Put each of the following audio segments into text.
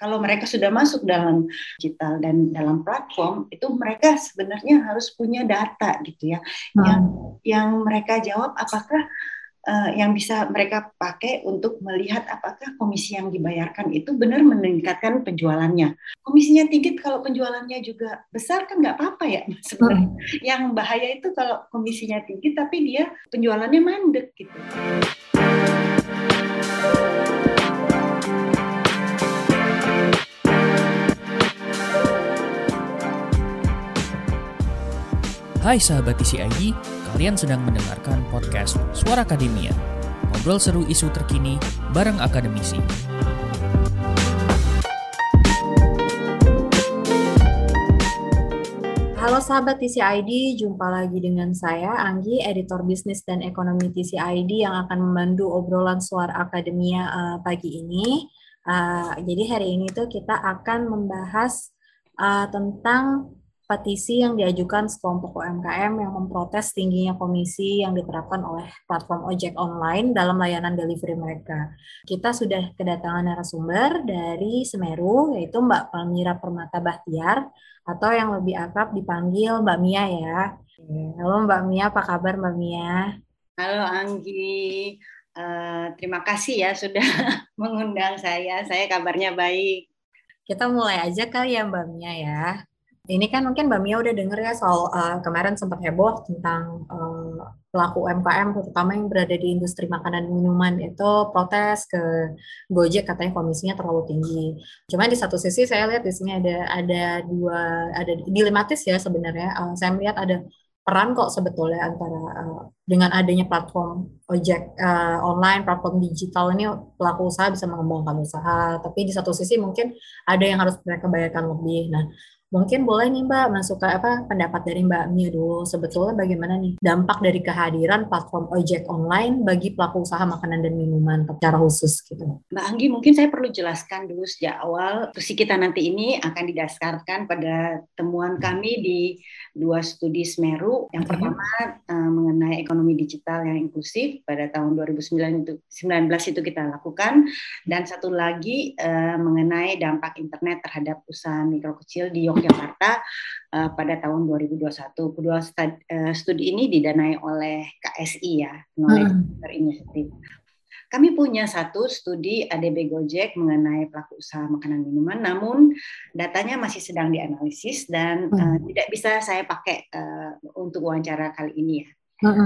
Kalau mereka sudah masuk dalam digital dan dalam platform, itu mereka sebenarnya harus punya data gitu ya, yang mereka jawab apakah yang bisa mereka pakai untuk melihat apakah komisi yang dibayarkan itu benar meningkatkan penjualannya. Komisinya tinggi kalau penjualannya juga besar kan nggak apa-apa ya sebenarnya. Yang bahaya itu kalau komisinya tinggi tapi dia penjualannya mandek gitu. Hai sahabat TCID, kalian sedang mendengarkan podcast Suara Akademia. Ngobrol seru isu terkini bareng akademisi. Halo sahabat TCID, jumpa lagi dengan saya Anggi, editor bisnis dan ekonomi TCID yang akan membantu obrolan Suara Akademia pagi ini. Jadi hari ini tuh kita akan membahas tentang petisi yang diajukan sekelompok UMKM yang memprotes tingginya komisi yang diterapkan oleh platform ojek online dalam layanan delivery mereka. Kita sudah kedatangan narasumber dari Semeru, yaitu Mbak Palmira Permata Bahtiar, atau yang lebih akrab dipanggil Mbak Mia ya. Halo Mbak Mia, apa kabar Mbak Mia? Halo Anggi, terima kasih ya sudah mengundang saya. Saya kabarnya baik. Kita mulai aja kali ya Mbak Mia ya. Ini kan mungkin Mbak Mia udah denger ya soal kemarin sempat heboh tentang pelaku UMKM terutama yang berada di industri makanan dan minuman itu protes ke Gojek, katanya komisinya terlalu tinggi. Cuma di satu sisi saya lihat di sini ada dilematis ya sebenarnya. Saya melihat ada peran kok sebetulnya antara dengan adanya platform ojek online, platform digital ini pelaku usaha bisa mengembangkan usaha. Tapi di satu sisi mungkin ada yang harus mereka bayarkan lebih. Nah, mungkin boleh nih Mbak masuk ke pendapat dari Mbak Mia dulu. Sebetulnya bagaimana nih dampak dari kehadiran platform ojek online bagi pelaku usaha makanan dan minuman secara khusus gitu. Mbak Anggi, mungkin saya perlu jelaskan dulu sejak awal. Diskusi kita nanti ini akan didasarkan pada temuan kami di 2 studi Semeru. Yang pertama mengenai ekonomi digital yang inklusif pada tahun 2019 itu kita lakukan. Dan satu lagi mengenai dampak internet terhadap usaha mikro kecil di Yogyakarta pada tahun 2021. Kedua studi ini didanai oleh KSI ya, Knowledge Center Initiative. Kami punya satu studi ADB Gojek mengenai pelaku usaha makanan minuman, namun datanya masih sedang dianalisis dan tidak bisa saya pakai untuk wawancara kali ini ya.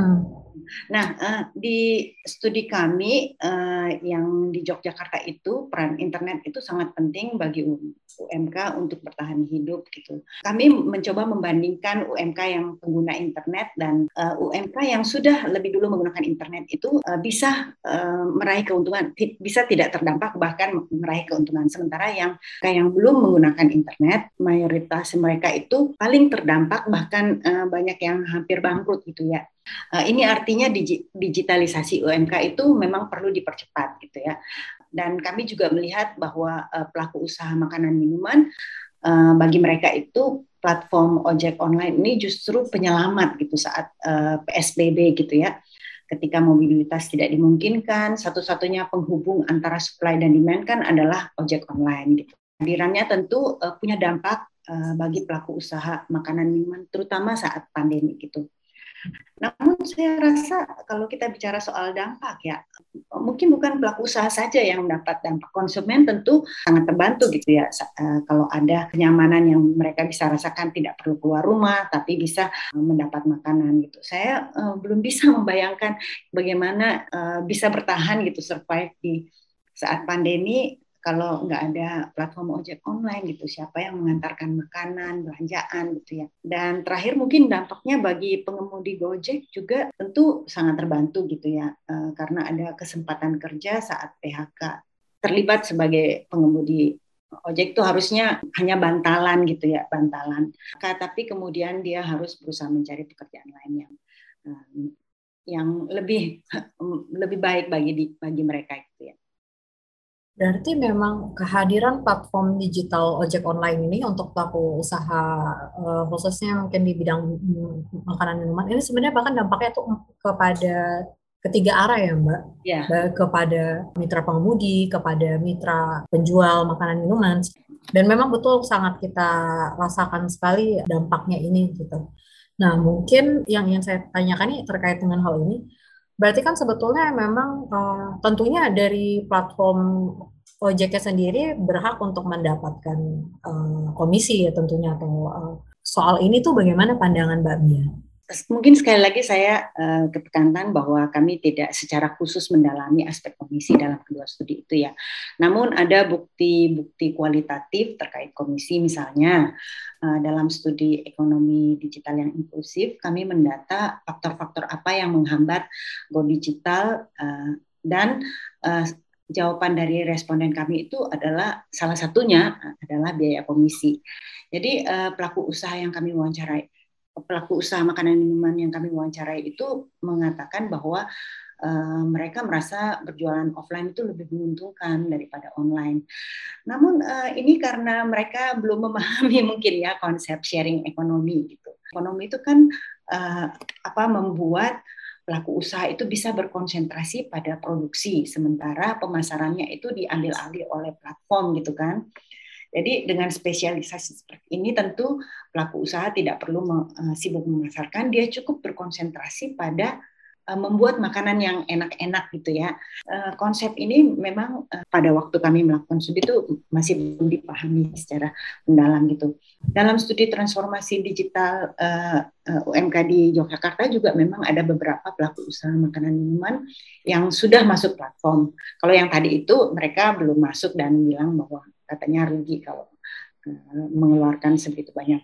Nah, di studi kami yang di Yogyakarta itu peran internet itu sangat penting bagi UMK untuk bertahan hidup gitu. Kami mencoba membandingkan UMK yang pengguna internet dan UMK yang sudah lebih dulu menggunakan internet itu bisa meraih keuntungan, bisa tidak terdampak bahkan meraih keuntungan. Sementara yang belum menggunakan internet, mayoritas mereka itu paling terdampak bahkan banyak yang hampir bangkrut gitu ya. Ini artinya digitalisasi UMK itu memang perlu dipercepat gitu ya. Dan kami juga melihat bahwa pelaku usaha makanan minuman bagi mereka itu platform ojek online ini justru penyelamat gitu saat PSBB gitu ya. Ketika mobilitas tidak dimungkinkan, satu-satunya penghubung antara supply dan demand kan adalah ojek online gitu. Hadirannya tentu punya dampak bagi pelaku usaha makanan minuman terutama saat pandemi gitu. Namun saya rasa kalau kita bicara soal dampak ya, mungkin bukan pelaku usaha saja yang mendapat dampak. Konsumen tentu sangat terbantu gitu ya, kalau ada kenyamanan yang mereka bisa rasakan, tidak perlu keluar rumah tapi bisa mendapat makanan gitu. Saya belum bisa membayangkan bagaimana bisa bertahan gitu, survive di saat pandemi kalau nggak ada platform ojek online gitu, siapa yang mengantarkan makanan, belanjaan gitu ya. Dan terakhir mungkin dampaknya bagi pengemudi Gojek juga tentu sangat terbantu gitu ya, karena ada kesempatan kerja saat PHK. Terlibat sebagai pengemudi ojek itu harusnya hanya bantalan gitu ya, bantalan. Tapi kemudian dia harus berusaha mencari pekerjaan lain yang lebih baik bagi mereka gitu ya. Berarti memang kehadiran platform digital ojek online ini untuk pelaku usaha khususnya mungkin di bidang makanan minuman ini sebenarnya bahkan dampaknya tuh kepada ketiga arah ya Mbak, Ya, baik kepada mitra pengemudi, kepada mitra penjual makanan minuman. Dan memang betul sangat kita rasakan sekali dampaknya ini gitu. Nah, mungkin yang saya tanyakan nih terkait dengan hal ini, berarti kan sebetulnya memang tentunya dari platform Ojeknya sendiri berhak untuk mendapatkan komisi ya tentunya atau soal ini tuh bagaimana pandangan Mbak Mia? mungkin sekali lagi saya ketekankan bahwa kami tidak secara khusus mendalami aspek komisi dalam kedua studi itu ya. Namun ada bukti-bukti kualitatif terkait komisi, misalnya dalam studi ekonomi digital yang inklusif kami mendata faktor-faktor apa yang menghambat go digital, dan jawaban dari responden kami itu adalah salah satunya adalah biaya komisi. Jadi pelaku usaha makanan minuman yang kami wawancarai itu mengatakan bahwa mereka merasa berjualan offline itu lebih menguntungkan daripada online. Namun ini karena mereka belum memahami mungkin ya konsep sharing ekonomi gitu. Ekonomi itu kan membuat pelaku usaha itu bisa berkonsentrasi pada produksi, sementara pemasarannya itu diambil alih oleh platform gitu kan. Jadi dengan spesialisasi seperti ini tentu pelaku usaha tidak perlu sibuk memasarkan, dia cukup berkonsentrasi pada membuat makanan yang enak-enak gitu ya. Konsep ini memang pada waktu kami melakukan studi itu masih belum dipahami secara mendalam gitu. Dalam studi transformasi digital UMK di Yogyakarta juga memang ada beberapa pelaku usaha makanan minuman yang sudah masuk platform. Kalau yang tadi itu mereka belum masuk dan bilang bahwa katanya rugi kalau mengeluarkan segitu banyak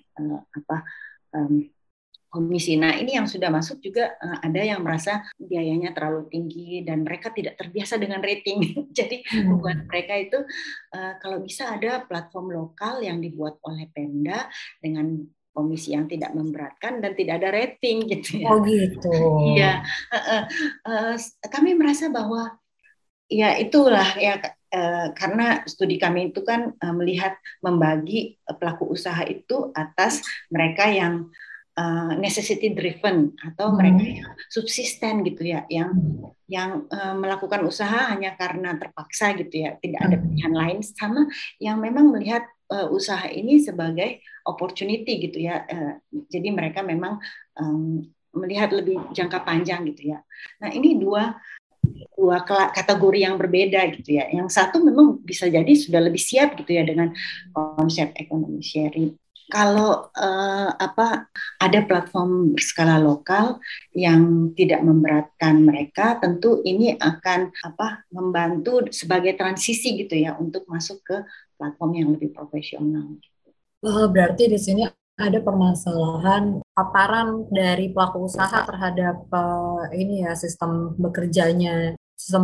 komisi. Nah, ini yang sudah masuk juga ada yang merasa biayanya terlalu tinggi dan mereka tidak terbiasa dengan rating. Jadi buat mereka itu kalau bisa ada platform lokal yang dibuat oleh Pemda dengan komisi yang tidak memberatkan dan tidak ada rating gitu ya. Oh gitu. Iya, kami merasa bahwa ya itulah ya karena studi kami itu kan melihat membagi pelaku usaha itu atas mereka yang necessity driven atau mereka yang subsisten gitu ya, yang melakukan usaha hanya karena terpaksa gitu ya, tidak ada pilihan lain, sama yang memang melihat usaha ini sebagai opportunity gitu ya, jadi mereka memang melihat lebih jangka panjang gitu ya. Nah, ini dua kategori yang berbeda gitu ya. Yang satu memang bisa jadi sudah lebih siap gitu ya dengan konsep ekonomi sharing. Kalau ada platform berskala lokal yang tidak memberatkan mereka, tentu ini akan membantu sebagai transisi gitu ya untuk masuk ke platform yang lebih profesional. Berarti di sini ada permasalahan paparan dari pelaku usaha terhadap ini ya sistem bekerjanya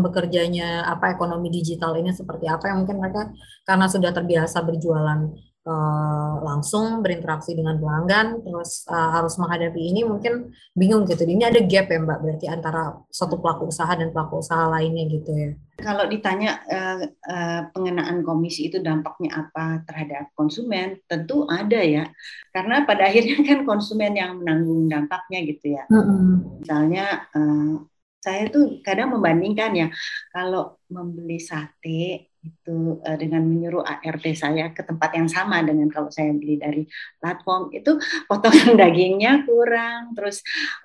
ekonomi digital ini seperti apa, yang mungkin mereka karena sudah terbiasa berjualan langsung berinteraksi dengan pelanggan, terus harus menghadapi ini mungkin bingung gitu. Ini ada gap ya Mbak, berarti antara satu pelaku usaha dan pelaku usaha lainnya gitu ya. Kalau ditanya pengenaan komisi itu dampaknya apa terhadap konsumen, tentu ada ya. Karena pada akhirnya kan konsumen yang menanggung dampaknya gitu ya. Misalnya saya tuh kadang membandingkan ya, kalau membeli sate itu dengan menyuruh ART saya ke tempat yang sama dengan kalau saya beli dari platform, itu potongan dagingnya kurang, terus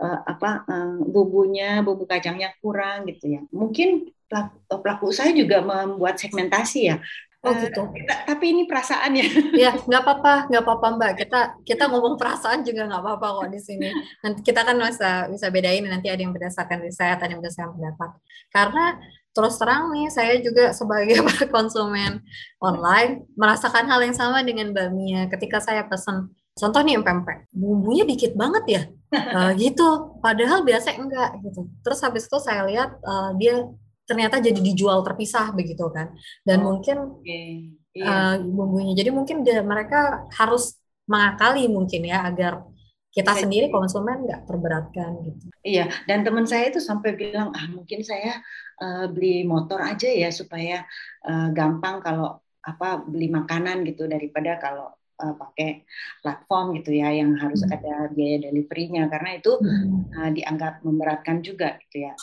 bumbu kacangnya kurang gitu ya. Mungkin pelaku usaha juga membuat segmentasi ya. Oh gitu. Tapi ini perasaan ya. Ya nggak apa-apa Mbak. Kita ngomong perasaan juga nggak apa-apa kok di sini. Nanti kita kan bisa bedain, nanti ada yang berdasarkan riset, ada yang berdasarkan pendapat. Karena terus terang nih, saya juga sebagai konsumen online merasakan hal yang sama dengan Mbak Mia. Ketika saya pesan, contoh nih pempek, bumbunya dikit banget ya, gitu. Padahal biasa enggak gitu. Terus habis itu saya lihat dia ternyata jadi dijual terpisah begitu kan. Dan mungkin bumbunya. Jadi mungkin mereka harus mengakali mungkin ya agar kita sendiri konsumen nggak terberatkan gitu. Iya, dan teman saya itu sampai bilang mungkin saya beli motor aja ya supaya gampang kalau beli makanan gitu daripada kalau pakai platform gitu ya yang harus ada biaya deliverynya, karena itu dianggap memberatkan juga gitu ya.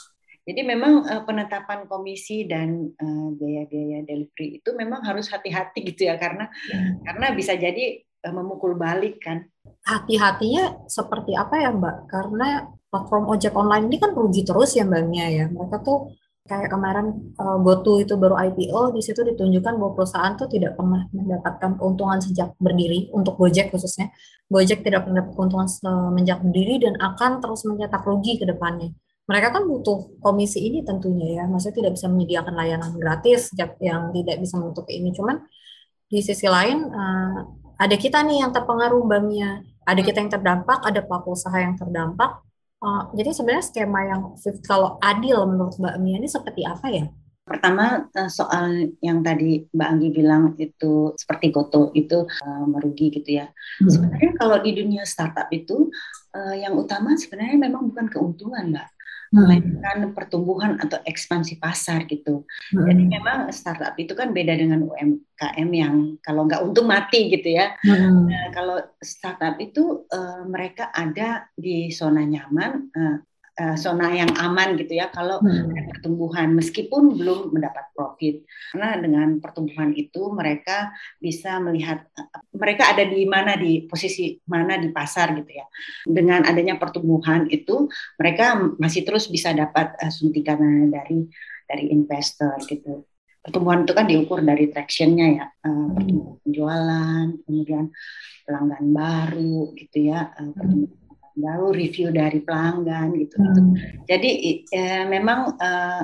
Jadi memang penetapan komisi dan biaya-biaya delivery itu memang harus hati-hati gitu ya, karena bisa jadi memukul balik kan. Hati-hatinya seperti apa ya Mbak? Karena platform ojek online ini kan rugi terus ya Mbak Mia ya. Mereka tuh kayak kemarin GoTo itu baru IPO, di situ ditunjukkan bahwa perusahaan tuh tidak pernah mendapatkan keuntungan sejak berdiri, untuk Gojek khususnya. Gojek tidak pernah mendapat keuntungan semenjak berdiri dan akan terus mencetak rugi ke depannya. Mereka kan butuh komisi ini tentunya ya, maksudnya tidak bisa menyediakan layanan gratis yang tidak bisa menutupi ini. Cuman di sisi lain ada kita nih yang terpengaruh Mbak Mia, ada kita yang terdampak, ada pelaku usaha yang terdampak. Jadi sebenarnya skema yang kalau adil menurut Mbak Mia ini seperti apa ya? Pertama, soal yang tadi Mbak Anggi bilang itu seperti GoTo itu merugi gitu ya. Sebenarnya kalau di dunia startup itu yang utama sebenarnya memang bukan keuntungan, Mbak, melainkan pertumbuhan atau ekspansi pasar gitu. Jadi memang startup itu kan beda dengan UMKM yang kalau nggak untung mati gitu ya. Kalau startup itu mereka ada di zona nyaman, zona yang aman gitu ya, kalau pertumbuhan meskipun belum mendapat profit, karena dengan pertumbuhan itu mereka bisa melihat mereka ada di mana, di posisi mana di pasar gitu ya. Dengan adanya pertumbuhan itu mereka masih terus bisa dapat suntikan dari investor gitu. Pertumbuhan itu kan diukur dari traction-nya ya, pertumbuhan penjualan, kemudian pelanggan baru gitu ya, pertumbuhan baru, review dari pelanggan gitu. Jadi memang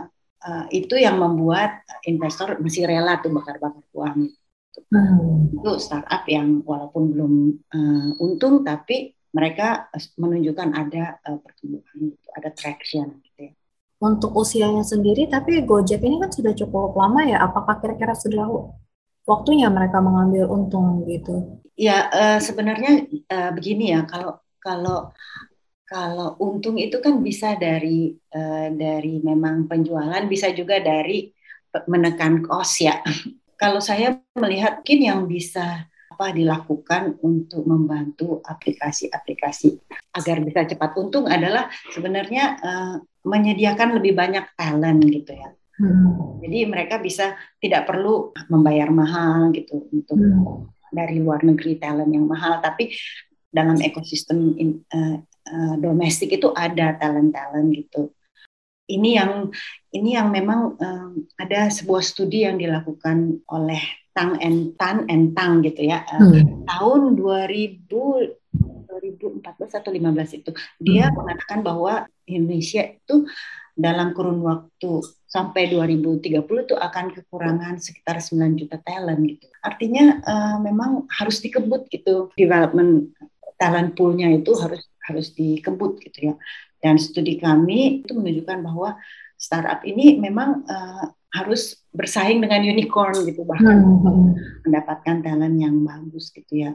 itu yang membuat investor masih rela tuh bakar-bakar uang. Itu startup yang walaupun belum untung, tapi mereka menunjukkan ada pertumbuhan, gitu, ada traction gitu ya. Untuk usianya sendiri, tapi Gojek ini kan sudah cukup lama ya. Apakah kira-kira sudah waktunya mereka mengambil untung gitu? Ya sebenarnya begini ya, kalau untung itu kan bisa dari memang penjualan, bisa juga dari menekan cost ya. Kalau saya melihat mungkin yang bisa dilakukan untuk membantu aplikasi-aplikasi agar bisa cepat untung adalah sebenarnya menyediakan lebih banyak talent gitu ya. Jadi mereka bisa tidak perlu membayar mahal gitu untuk dari luar negeri talent yang mahal, tapi dalam ekosistem domestik itu ada talent gitu. Ini yang memang ada sebuah studi yang dilakukan oleh Tan gitu ya, tahun 2014 atau 15 itu. Dia mengatakan bahwa Indonesia itu dalam kurun waktu sampai 2030 itu akan kekurangan sekitar 9 juta talent gitu. Artinya memang harus dikebut gitu, development talent pool-nya itu harus dikebut gitu ya. Dan studi kami itu menunjukkan bahwa startup ini memang harus bersaing dengan unicorn gitu, bahkan mendapatkan talent yang bagus gitu ya.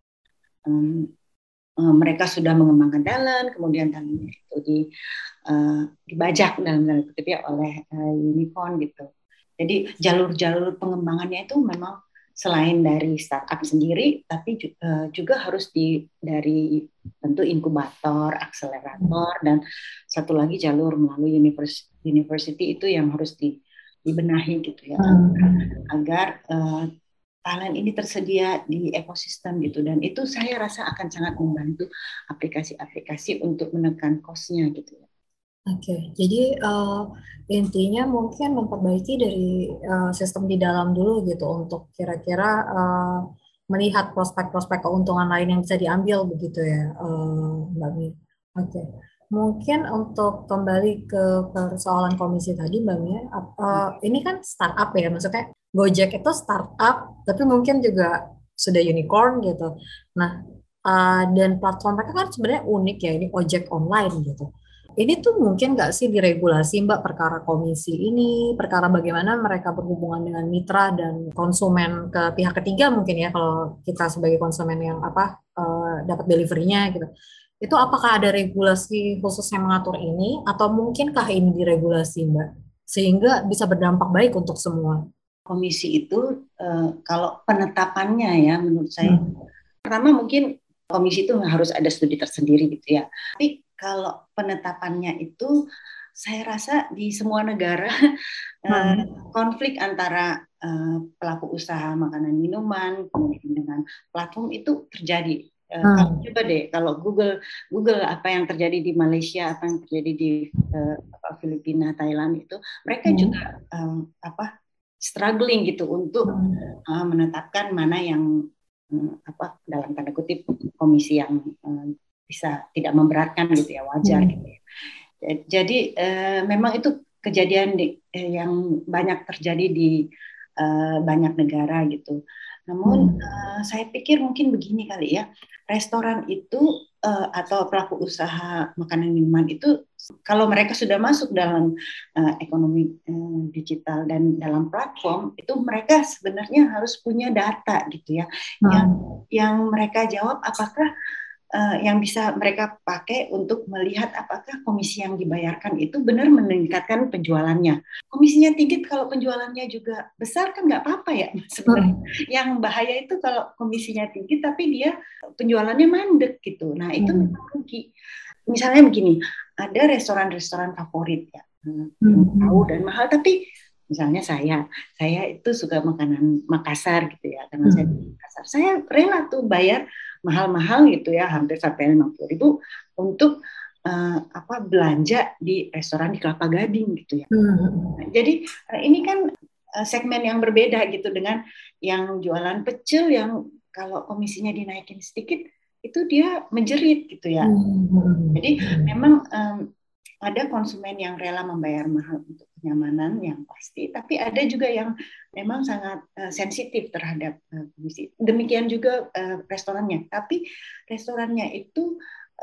Mereka sudah mengembangkan talent, kemudian talentnya itu dibajak dalam tanda kutip ya oleh unicorn gitu. Jadi jalur-jalur pengembangannya itu memang selain dari startup sendiri, tapi juga harus dari tentu inkubator, akselerator, dan satu lagi jalur melalui university itu yang harus dibenahi gitu ya, agar talent ini tersedia di ekosistem gitu, dan itu saya rasa akan sangat membantu aplikasi-aplikasi untuk menekan cost-nya gitu ya. Oke, jadi intinya mungkin memperbaiki dari sistem di dalam dulu gitu untuk kira-kira melihat prospek-prospek keuntungan lain yang bisa diambil begitu ya, Mbak Mi. Oke, mungkin untuk kembali ke persoalan komisi tadi, Mbak Mi, ini kan startup ya, maksudnya Gojek itu startup, tapi mungkin juga sudah unicorn gitu. Nah, dan platform mereka kan sebenarnya unik ya, ini ojek online gitu. Ini tuh mungkin nggak sih diregulasi Mbak perkara komisi ini, perkara bagaimana mereka berhubungan dengan mitra dan konsumen ke pihak ketiga mungkin ya, kalau kita sebagai konsumen yang dapat delivery-nya gitu. Itu apakah ada regulasi khusus yang mengatur ini atau mungkinkah ini diregulasi Mbak sehingga bisa berdampak baik untuk semua? Komisi itu kalau penetapannya ya menurut saya pertama mungkin komisi itu harus ada studi tersendiri gitu ya. Tapi kalau penetapannya itu saya rasa di semua negara konflik antara pelaku usaha makanan minuman kemudian dengan platform itu terjadi. Kalau coba deh, kalau Google apa yang terjadi di Malaysia, apa yang terjadi di Filipina, Thailand itu, mereka juga struggling gitu untuk menetapkan mana yang dalam tanda kutip komisi yang bisa tidak memberatkan gitu ya, wajar gitu ya. Jadi memang itu kejadian yang banyak terjadi di banyak negara gitu. Namun saya pikir mungkin begini kali ya, restoran itu atau pelaku usaha makanan minuman itu kalau mereka sudah masuk dalam ekonomi digital dan dalam platform itu mereka sebenarnya harus punya data gitu ya, yang mereka jawab apakah yang bisa mereka pakai untuk melihat apakah komisi yang dibayarkan itu benar meningkatkan penjualannya. Komisinya tinggi kalau penjualannya juga besar kan nggak apa-apa ya sebenarnya. Yang bahaya itu kalau komisinya tinggi tapi dia penjualannya mandek gitu. Nah itu memang rugi. Misalnya begini, ada restoran-restoran favorit ya, yang tahu dan mahal tapi misalnya saya itu suka makanan Makassar gitu ya, karena saya di Makassar. Saya rela tuh bayar mahal-mahal gitu ya, hampir sampai 50.000 untuk belanja di restoran di Kelapa Gading gitu ya. Jadi ini kan segmen yang berbeda gitu dengan yang jualan pecel yang kalau komisinya dinaikin sedikit itu dia menjerit gitu ya. Jadi memang ada konsumen yang rela membayar mahal untuk kenyamanan yang pasti, tapi ada juga yang memang sangat sensitif terhadap komisi. Demikian juga restorannya, tapi restorannya itu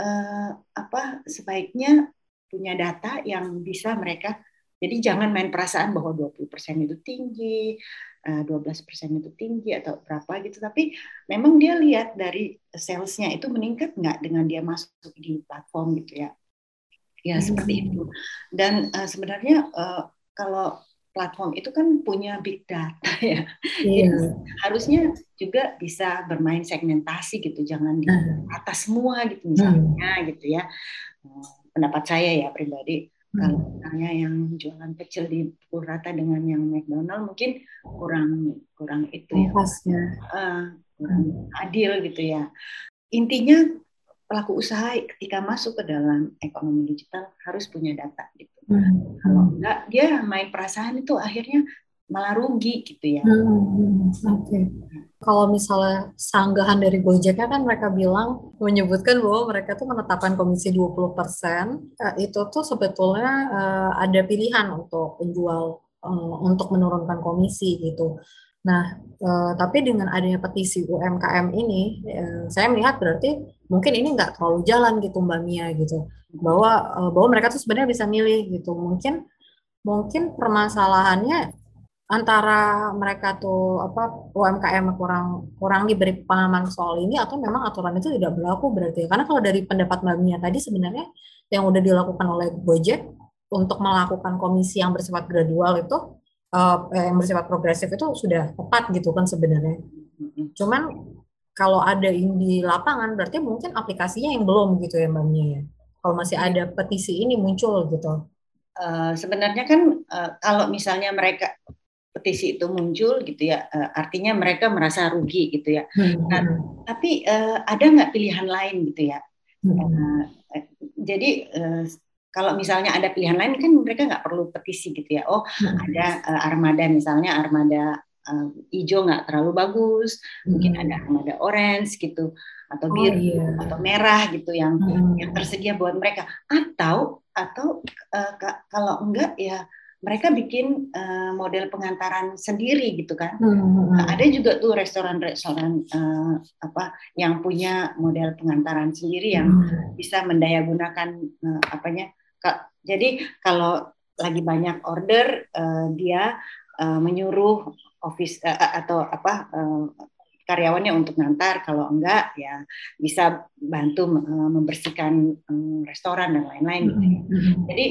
sebaiknya punya data yang bisa mereka, jadi jangan main perasaan bahwa 20% itu tinggi, 12% itu tinggi atau berapa gitu, tapi memang dia lihat dari salesnya itu meningkat nggak dengan dia masuk di platform gitu ya. Ya seperti itu. Dan sebenarnya kalau platform itu kan punya big data ya. Jadi harusnya juga bisa bermain segmentasi gitu, jangan di atas semua gitu misalnya gitu ya. Pendapat saya ya pribadi, kalau misalnya yang jualan kecil dipukul rata dengan yang McDonald mungkin kurang itu ya. Kurang adil gitu ya. Intinya pelaku usaha ketika masuk ke dalam ekonomi digital harus punya data gitu. Kalau enggak dia main perasaan itu akhirnya malah rugi gitu ya. Kalau misalnya sanggahan dari Gojeknya kan mereka menyebutkan bahwa mereka tuh menetapkan komisi 20%, itu tuh sebetulnya ada pilihan untuk penjual untuk menurunkan komisi gitu. Nah, tapi dengan adanya petisi UMKM ini, saya melihat berarti mungkin ini nggak terlalu jalan gitu Mbak Mia gitu, bahwa mereka tuh sebenarnya bisa milih gitu. Mungkin permasalahannya antara mereka tuh UMKM kurang diberi pemahaman soal ini atau memang aturan itu tidak berlaku berarti. Karena kalau dari pendapat Mbak Mia tadi sebenarnya yang udah dilakukan oleh Gojek untuk melakukan komisi yang bersifat gradual itu yang bersifat progresif itu sudah tepat gitu kan sebenarnya. Cuman kalau ada yang di lapangan berarti mungkin aplikasinya yang belum gitu ya Mbak Mia ya. Kalau masih ada petisi ini muncul gitu. Sebenarnya kan kalau misalnya mereka petisi itu muncul gitu ya, artinya mereka merasa rugi gitu ya. Tapi ada nggak pilihan lain gitu ya? Jadi kalau misalnya ada pilihan lain kan mereka nggak perlu petisi gitu ya. Oh ada armada misalnya armada hijau nggak terlalu bagus, mungkin ada armada orange gitu atau biru atau merah gitu yang tersedia buat mereka. Atau kalau enggak ya mereka bikin model pengantaran sendiri gitu kan. Ada juga tuh restoran-restoran yang punya model pengantaran sendiri yang bisa mendayagunakan jadi kalau lagi banyak order dia menyuruh office atau karyawannya untuk ngantar, kalau enggak ya bisa bantu membersihkan restoran dan lain-lain gitu ya. Jadi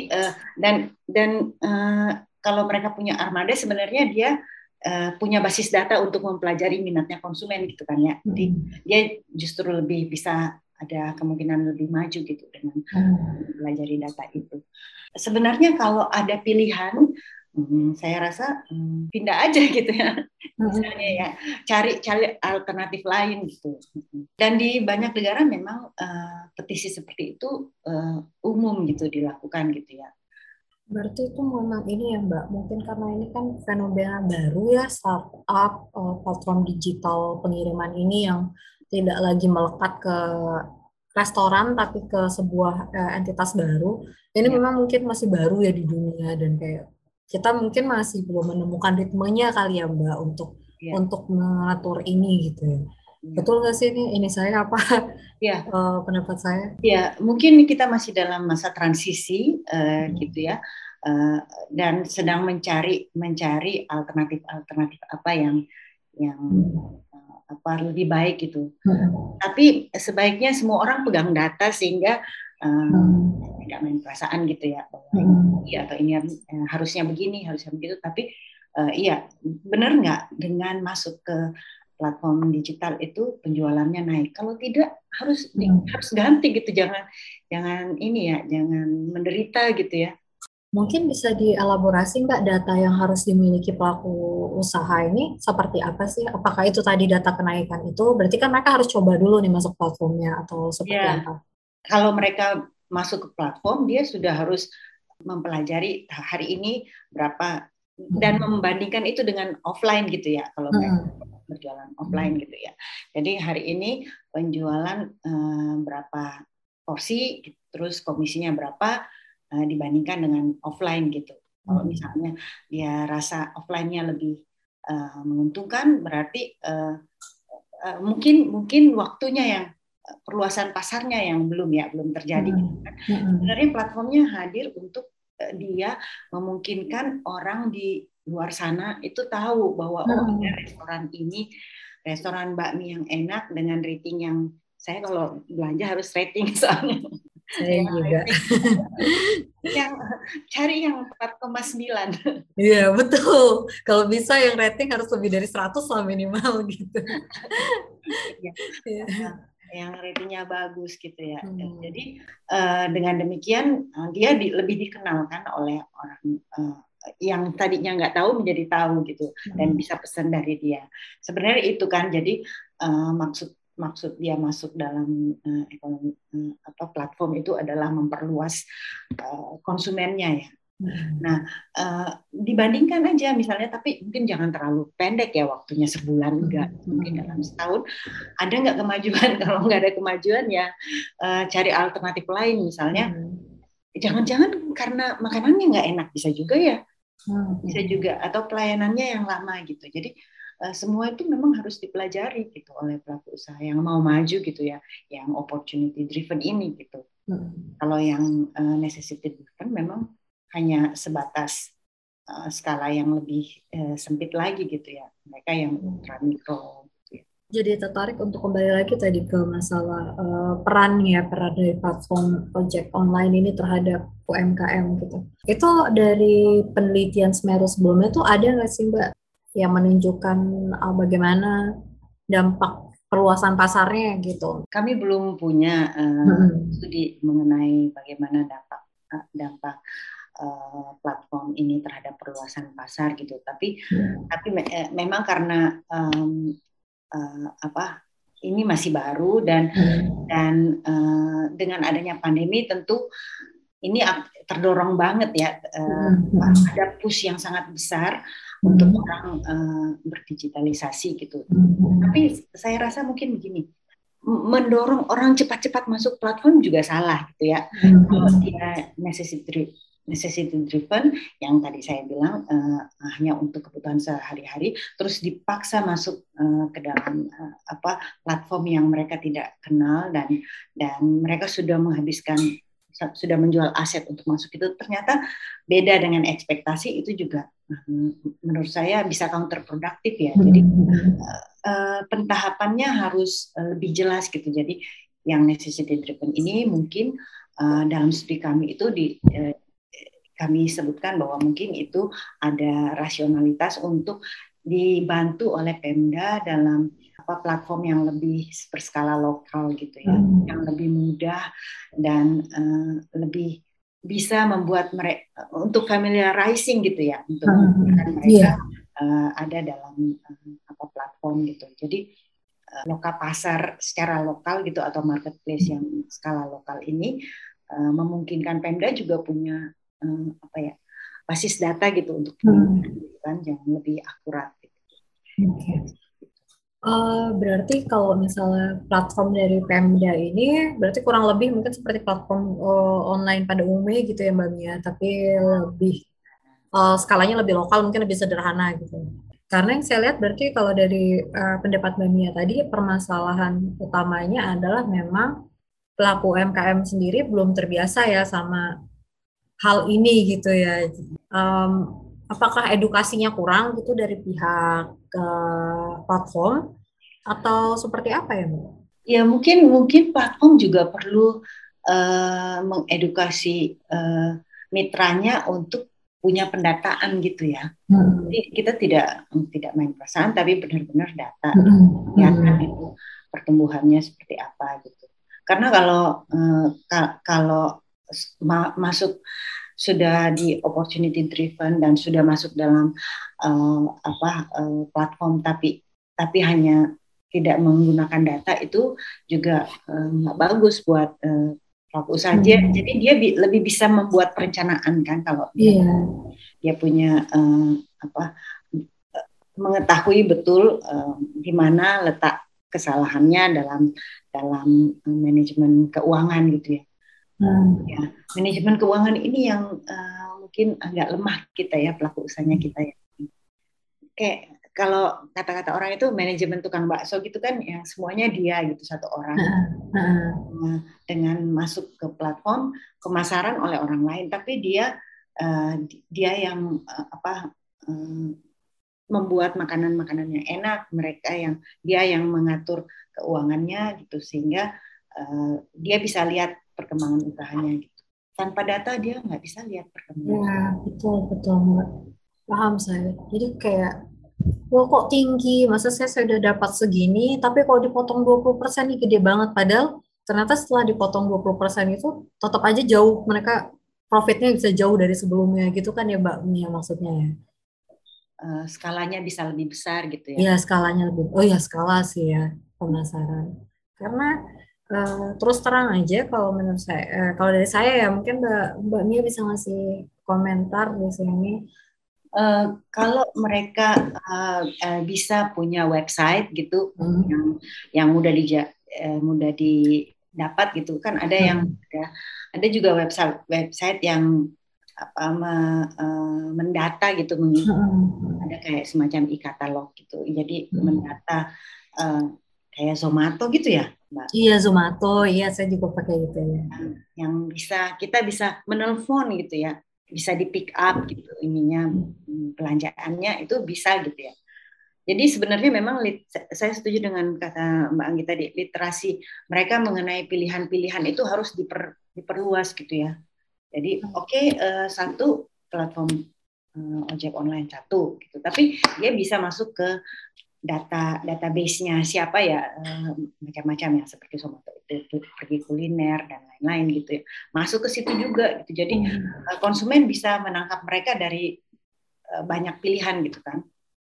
kalau mereka punya armada sebenarnya dia punya basis data untuk mempelajari minatnya konsumen gitu kan ya. Jadi dia justru lebih bisa ada kemungkinan lebih maju gitu dengan mempelajari data itu. Sebenarnya kalau ada pilihan, saya rasa pindah aja gitu ya, misalnya ya cari alternatif lain gitu. Dan di banyak negara memang petisi seperti itu umum gitu dilakukan gitu ya. Berarti itu memang ini ya Mbak, mungkin karena ini kan fenomena baru ya, startup, platform digital pengiriman ini yang tidak lagi melekat ke restoran tapi ke sebuah entitas baru. Ini Ya. memang mungkin masih baru ya di dunia dan kayak kita mungkin masih belum menemukan ritmenya kali ya Mbak Ya. untuk mengatur ini gitu ya. Ya. Betul nggak sih ini saya apa Ya. pendapat saya? Ya, mungkin kita masih dalam masa transisi gitu ya. Dan sedang mencari alternatif apa yang apa lebih baik gitu. Tapi sebaiknya semua orang pegang data sehingga tidak main perasaan gitu ya, bahwa ini atau ini harusnya begini, harusnya begitu. Tapi iya, benar nggak dengan masuk ke platform digital itu penjualannya naik? Kalau tidak harus ganti gitu, jangan ini ya, jangan menderita gitu ya. Mungkin bisa dielaborasi Mbak, data yang harus dimiliki pelaku usaha ini seperti apa sih? Apakah itu tadi data kenaikan itu? Berarti kan mereka harus coba dulu nih masuk platformnya atau seperti Ya, apa? kalau mereka masuk ke platform, dia sudah harus mempelajari hari ini berapa dan membandingkan itu dengan offline gitu ya, kalau mereka berjualan offline gitu ya. Jadi hari ini penjualan berapa porsi, terus komisinya berapa dibandingkan dengan offline gitu. Kalau misalnya dia rasa offline-nya lebih menguntungkan, berarti mungkin waktunya yang perluasan pasarnya yang belum terjadi. Gitu kan. Sebenarnya platformnya hadir untuk dia memungkinkan orang di luar sana itu tahu bahwa ada restoran bakmi yang enak dengan rating yang, saya kalau belanja harus rating soalnya. Saya juga. Yang cari yang 4,9. Iya, betul. Kalau bisa yang rating harus lebih dari 100 lah minimal gitu. Yang ratingnya bagus gitu ya. Jadi dengan demikian dia lebih dikenalkan oleh orang yang tadinya nggak tahu menjadi tahu gitu, dan bisa pesan dari dia. Sebenarnya itu kan jadi maksud dia masuk dalam ekonomi platform itu adalah memperluas konsumennya ya. Nah, dibandingkan aja misalnya, tapi mungkin jangan terlalu pendek ya waktunya, sebulan enggak, mungkin dalam setahun. Ada nggak kemajuan? Kalau nggak ada kemajuan ya cari alternatif lain, misalnya jangan-jangan karena makanannya nggak enak, bisa juga ya, bisa juga, atau pelayanannya yang lama gitu. Jadi semua itu memang harus dipelajari gitu oleh pelaku usaha yang mau maju gitu ya, yang opportunity driven ini gitu. Kalau yang necessity driven memang hanya sebatas skala yang lebih sempit lagi gitu ya, mereka yang ultra mikro. Jadi tertarik untuk kembali lagi tadi ke masalah peran dari platform ojek online ini terhadap UMKM gitu. Itu dari penelitian Semeru sebelumnya tuh ada nggak sih Mbak yang menunjukkan bagaimana dampak perluasan pasarnya gitu? Kami belum punya studi mengenai bagaimana dampak platform ini terhadap perluasan pasar gitu. Tapi memang karena ini masih baru dan dengan adanya pandemi tentu ini terdorong banget ya, ada push yang sangat besar untuk orang berdigitalisasi gitu. Tapi saya rasa mungkin begini, mendorong orang cepat-cepat masuk platform juga salah gitu ya. Kalau dia necessity driven yang tadi saya bilang hanya untuk kebutuhan sehari-hari, terus dipaksa masuk ke dalam platform yang mereka tidak kenal dan mereka sudah menjual aset untuk masuk, itu ternyata beda dengan ekspektasi, itu juga menurut saya bisa counterproductive ya. Jadi pentahapannya harus lebih jelas gitu. Jadi yang necessity driven ini mungkin dalam studi kami itu kami sebutkan bahwa mungkin itu ada rasionalitas untuk dibantu oleh Pemda dalam platform yang lebih berskala lokal gitu ya, yang lebih mudah dan lebih bisa membuat mereka untuk familiarizing gitu ya, untuk mereka ada dalam platform gitu. Jadi lokal pasar secara lokal gitu atau marketplace yang skala lokal ini memungkinkan Pemda juga punya basis data gitu untuk kan yang lebih akurat. Gitu. Berarti kalau misalnya platform dari Pemda ini berarti kurang lebih mungkin seperti platform online pada umumnya gitu ya Mbak Mia, tapi lebih skalanya lebih lokal, mungkin lebih sederhana gitu. Karena yang saya lihat berarti kalau dari pendapat Mbak Mia tadi, permasalahan utamanya adalah memang pelaku UMKM sendiri belum terbiasa ya sama hal ini gitu ya. Apakah edukasinya kurang gitu dari pihak platform atau seperti apa ya Mbak? Ya mungkin platform juga perlu mengedukasi mitranya untuk punya pendataan gitu ya. Jadi kita tidak main perasaan tapi benar-benar data itu pertumbuhannya seperti apa gitu. Karena kalau masuk sudah di opportunity driven dan sudah masuk dalam platform tapi hanya tidak menggunakan data, itu juga nggak bagus buat pelaku usaha. Jadi dia lebih bisa membuat perencanaan kan kalau dia punya mengetahui betul di mana letak kesalahannya dalam manajemen keuangan gitu ya. Ya, manajemen keuangan ini yang mungkin agak lemah kita ya, pelaku usahanya kita ya. Kayak kalau kata-kata orang itu manajemen tukang bakso gitu kan, yang semuanya dia gitu, satu orang. Dengan masuk ke platform pemasaran oleh orang lain, tapi dia yang membuat makanan-makanan yang enak, dia yang mengatur keuangannya gitu, sehingga dia bisa lihat perkembangan usahanya gitu. Tanpa data dia nggak bisa lihat perkembangan. Ya, betul Mbak. Paham saya. Jadi kayak, wah kok tinggi, masa saya sudah dapat segini, tapi kalau dipotong 20% ini gede banget. Padahal ternyata setelah dipotong 20% itu tetap aja jauh, mereka profitnya bisa jauh dari sebelumnya gitu kan ya Mbak Mia maksudnya ya. Skalanya bisa lebih besar gitu ya. Iya, skalanya lebih. Oh ya, skala sih ya, pemasaran. Karena terus terang aja kalau menurut saya, kalau dari saya ya mungkin Mbak Mia bisa ngasih komentar di sini. Kalau mereka bisa punya website gitu yang mudah didapat gitu kan, ada juga website yang mendata gitu, ada kayak semacam e-katalog gitu, jadi mendata kayak Zomato gitu ya Mbak. Iya, Zomato, iya saya juga pakai gitu ya. Yang kita bisa menelpon gitu ya, bisa di pick up gitu ininya, belanjaannya itu bisa gitu ya. Jadi sebenarnya memang saya setuju dengan kata Mbak Anggi tadi, literasi mereka mengenai pilihan-pilihan itu harus diperluas gitu ya. Jadi satu platform ojek online satu gitu, tapi dia bisa masuk ke database-nya siapa ya, macam-macam ya, seperti Zomato itu pergi kuliner dan lain-lain gitu ya, masuk ke situ juga gitu. Jadi konsumen bisa menangkap mereka dari banyak pilihan gitu kan.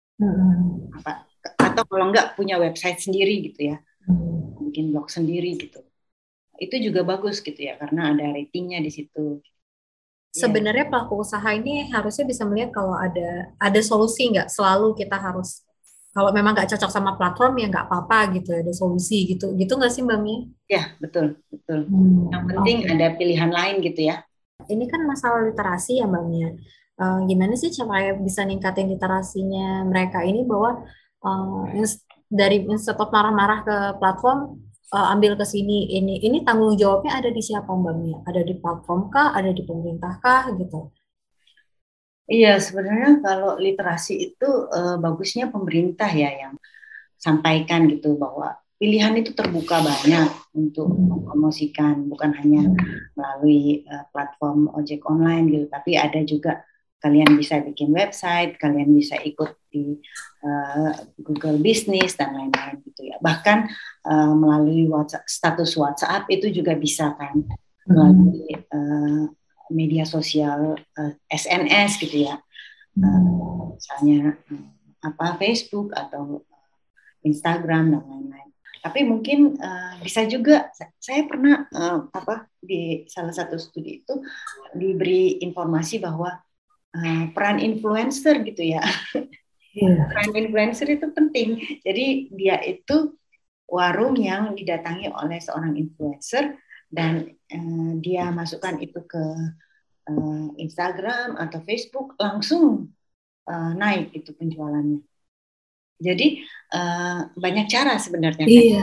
Atau kalau enggak punya website sendiri gitu ya, bikin blog sendiri gitu, itu juga bagus gitu ya, karena ada ratingnya di situ. Sebenarnya pelaku usaha ini harusnya bisa melihat kalau ada solusi, nggak selalu kita harus, kalau memang nggak cocok sama platform ya nggak apa-apa gitu, ada solusi gitu nggak sih Mbak Mia? Ya betul. Yang penting ada pilihan lain gitu ya. Ini kan masalah literasi ya Mbak Mia. Gimana sih cara bisa ningkatin literasinya mereka ini, bahwa dari instead of marah-marah ke platform, ambil ke sini, ini tanggung jawabnya ada di siapa Mbak Mia? Ada di platform kah? Ada di pemerintah kah gitu? Iya, sebenarnya kalau literasi itu bagusnya pemerintah ya yang sampaikan gitu, bahwa pilihan itu terbuka banyak untuk mempromosikan, bukan hanya melalui platform ojek online gitu, tapi ada juga kalian bisa bikin website, kalian bisa ikut di Google Business dan lain-lain gitu ya. Bahkan melalui status WhatsApp itu juga bisa kan, melalui media sosial SNS gitu ya. Misalnya Facebook atau Instagram dan lain-lain. Tapi mungkin bisa juga, saya pernah di salah satu studi itu diberi informasi bahwa peran influencer gitu ya. Peran influencer itu penting. Jadi dia itu warung yang didatangi oleh seorang influencer dan dia masukkan itu ke Instagram atau Facebook, langsung naik itu penjualannya. Jadi banyak cara sebenarnya. Iya.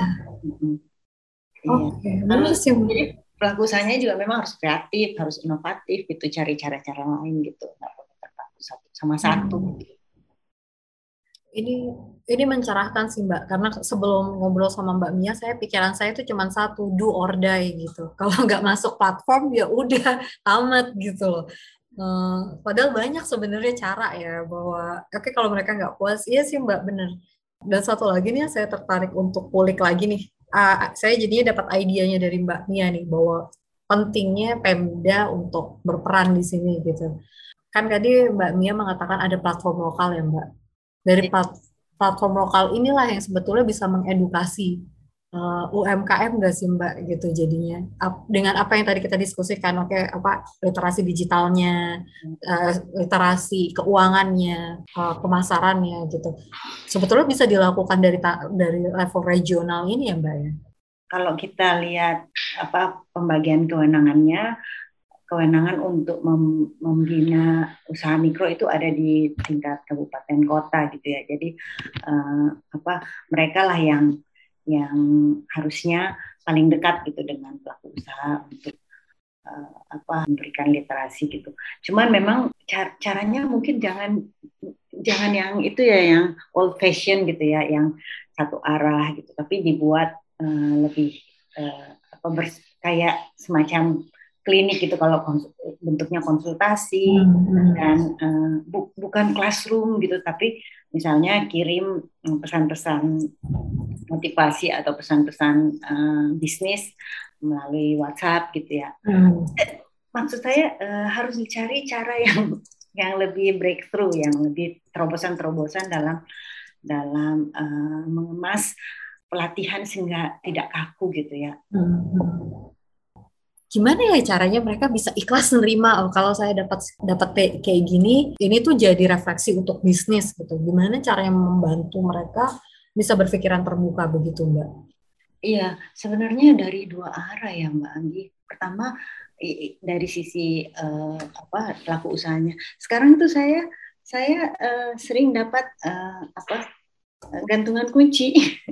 Oke. Jadi pelaku usahanya juga memang harus kreatif, harus inovatif gitu, cari cara-cara lain gitu, nggak boleh terpaku satu sama satu. Ini mencerahkan sih Mbak, karena sebelum ngobrol sama Mbak Mia, pikiran saya itu cuma satu, do or die gitu. Kalau nggak masuk platform ya udah tamat gitu loh. Padahal banyak sebenarnya cara ya, bahwa oke, kalau mereka nggak puas, iya sih Mbak, bener. Dan satu lagi nih, saya tertarik untuk kulik lagi nih. Saya jadinya dapat idenya dari Mbak Mia nih, bahwa pentingnya Pemda untuk berperan di sini gitu. Kan tadi Mbak Mia mengatakan ada platform lokal ya Mbak. Dari platform lokal inilah yang sebetulnya bisa mengedukasi UMKM nggak sih Mbak gitu jadinya. Dengan apa yang tadi kita diskusikan, literasi digitalnya, literasi keuangannya, pemasarannya gitu. Sebetulnya bisa dilakukan dari level regional ini ya Mbak ya. Kalau kita lihat pembagian kewenangan untuk membina usaha mikro itu ada di tingkat kabupaten kota gitu ya. Jadi mereka lah yang harusnya paling dekat gitu dengan pelaku usaha untuk memberikan literasi gitu. Cuman memang caranya mungkin jangan yang itu ya, yang old fashion gitu ya, yang satu arah gitu, tapi dibuat lebih kayak semacam klinik gitu, kalau bentuknya konsultasi dan bukan classroom gitu, tapi misalnya kirim pesan-pesan motivasi atau pesan-pesan bisnis melalui WhatsApp gitu ya. Maksud saya harus dicari cara yang lebih breakthrough, yang lebih terobosan-terobosan dalam mengemas pelatihan sehingga tidak kaku gitu ya. Gimana ya caranya mereka bisa ikhlas nerima, kalau saya dapat kayak gini, ini tuh jadi refleksi untuk bisnis gitu. Gimana caranya membantu mereka bisa berpikiran terbuka begitu Mbak? Iya, sebenarnya dari dua arah ya Mbak Anggi. Pertama dari sisi pelaku usahanya. Sekarang tuh saya sering dapat gantungan kunci.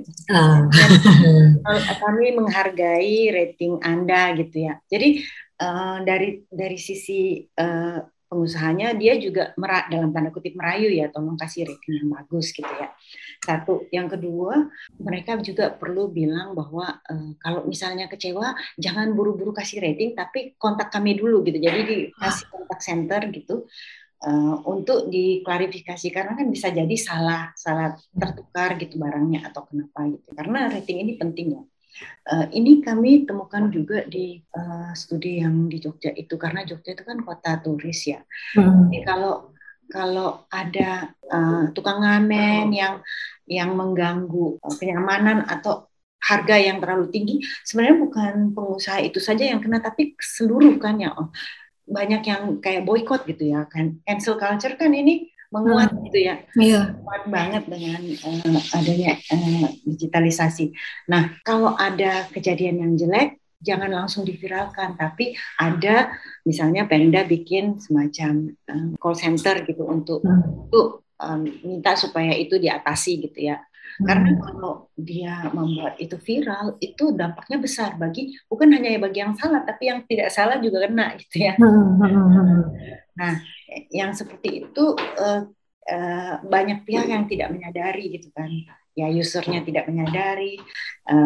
Kami menghargai rating Anda gitu ya. Jadi dari sisi pengusahanya, dia juga dalam tanda kutip merayu ya, tolong kasih rating yang bagus gitu ya. Satu, yang kedua, mereka juga perlu bilang bahwa kalau misalnya kecewa, jangan buru-buru kasih rating, tapi kontak kami dulu gitu. Jadi dikasih kontak center gitu. Untuk diklarifikasi, karena kan bisa jadi salah tertukar gitu barangnya atau kenapa gitu, karena rating ini penting ya. Ini kami temukan juga di studi yang di Jogja itu, karena Jogja itu kan kota turis ya. Jadi kalau ada tukang ngamen yang mengganggu kenyamanan atau harga yang terlalu tinggi, sebenarnya bukan pengusaha itu saja yang kena, tapi seluruh kan ya. Banyak yang kayak boykot gitu ya kan, cancel culture kan ini menguat gitu ya, menguat banget dengan adanya digitalisasi. Nah, kalau ada kejadian yang jelek, jangan langsung diviralkan, tapi ada misalnya Pemda bikin semacam call center gitu untuk minta supaya itu diatasi gitu ya. Karena kalau dia membuat itu viral, itu dampaknya besar bukan hanya bagi yang salah, tapi yang tidak salah juga kena gitu ya. Nah, yang seperti itu banyak pihak yang tidak menyadari gitu kan. Ya, usernya tidak menyadari,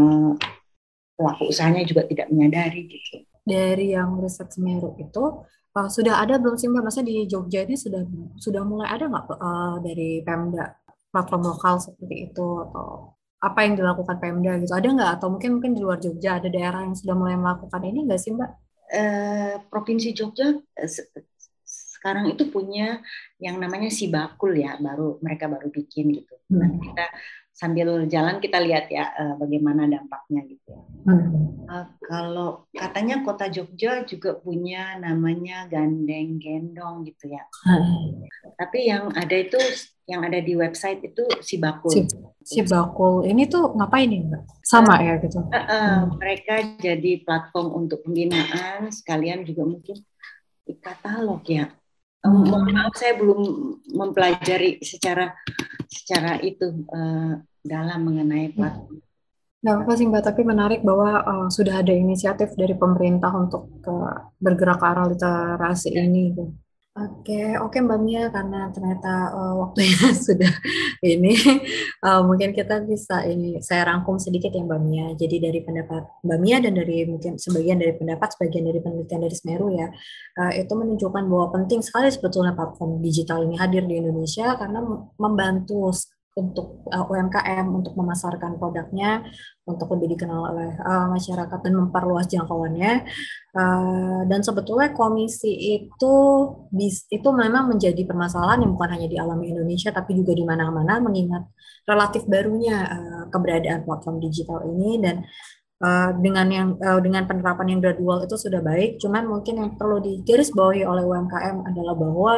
pelaku usahanya juga tidak menyadari gitu. Dari yang riset Semeru itu, Sudah ada belum sih Mbak? Maksudnya di Jogja ini sudah mulai ada nggak dari Pemda platform lokal seperti itu, atau apa yang dilakukan Pemda gitu? Ada nggak? Atau mungkin di luar Jogja ada daerah yang sudah mulai melakukan ini nggak sih Mbak? Provinsi Jogja sekarang itu punya yang namanya Sibakul ya, mereka baru bikin gitu. Nanti kita sambil jalan kita lihat ya bagaimana dampaknya gitu. Kalau katanya Kota Jogja juga punya namanya Gandeng Gendong gitu ya. Tapi yang ada di website itu Sibakul. Sibakul ini tuh ngapain nih Mbak? Sama ya gitu. Mereka jadi platform untuk pembinaan, sekalian juga mungkin katalog ya. Mohon maaf saya belum mempelajari secara itu dalam mengenai platform. Nggak apa sih Mbak, tapi menarik bahwa sudah ada inisiatif dari pemerintah untuk bergerak ke arah literasi ini. Oke Mbak Mia, karena ternyata waktunya sudah ini, mungkin kita bisa saya rangkum sedikit ya Mbak Mia. Jadi dari pendapat Mbak Mia dan dari mungkin sebagian dari penelitian dari Semeru ya, itu menunjukkan bahwa penting sekali sebetulnya platform digital ini hadir di Indonesia karena membantu untuk UMKM untuk memasarkan produknya, untuk lebih dikenal oleh masyarakat dan memperluas jangkauannya. Dan sebetulnya komisi itu memang menjadi permasalahan yang bukan hanya dialami Indonesia tapi juga di mana-mana, mengingat relatif barunya keberadaan platform digital ini. Dan dengan penerapan yang gradual itu sudah baik, cuman mungkin yang perlu digarisbawahi oleh UMKM adalah bahwa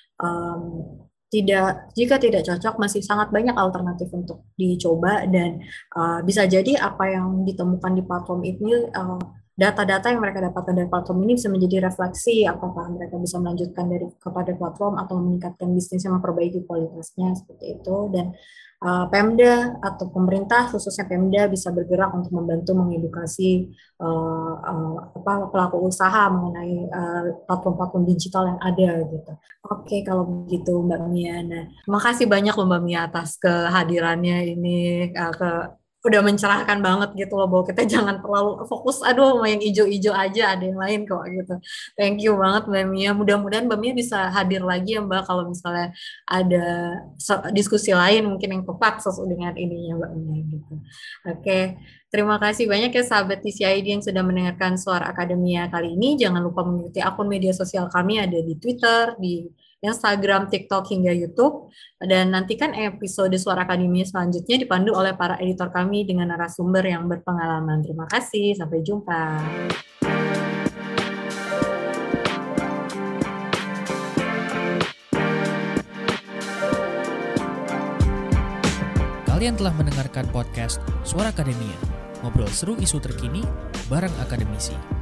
jika tidak cocok, masih sangat banyak alternatif untuk dicoba, dan bisa jadi apa yang ditemukan di platform ini, data-data yang mereka dapatkan dari platform ini bisa menjadi refleksi apakah mereka bisa melanjutkan kepada platform atau meningkatkan bisnisnya, memperbaiki kualitasnya seperti itu. Dan Pemda atau pemerintah, khususnya Pemda, bisa bergerak untuk membantu mengedukasi pelaku usaha mengenai platform-platform digital yang ada gitu. Oke, kalau begitu Mbak Mia. Nah, makasih banyak loh Mbak Mia atas kehadirannya ini, udah mencerahkan banget gitu loh, bahwa kita jangan terlalu fokus sama yang hijau-hijau aja, ada yang lain kok gitu. Thank you banget Mbak Mia. Mudah-mudahan Mbak Mia bisa hadir lagi ya Mbak kalau misalnya ada diskusi lain mungkin yang tepat sesuai dengan ininya Mbak Mia gitu. Oke. Terima kasih banyak ya sahabat TCID yang sudah mendengarkan Suara Akademia kali ini. Jangan lupa mengikuti akun media sosial kami, ada di Twitter, di Instagram, TikTok, hingga YouTube. Dan nantikan episode Suara Akademia selanjutnya dipandu oleh para editor kami dengan narasumber yang berpengalaman. Terima kasih, sampai jumpa. Kalian telah mendengarkan podcast Suara Akademia, ngobrol seru isu terkini bareng akademisi.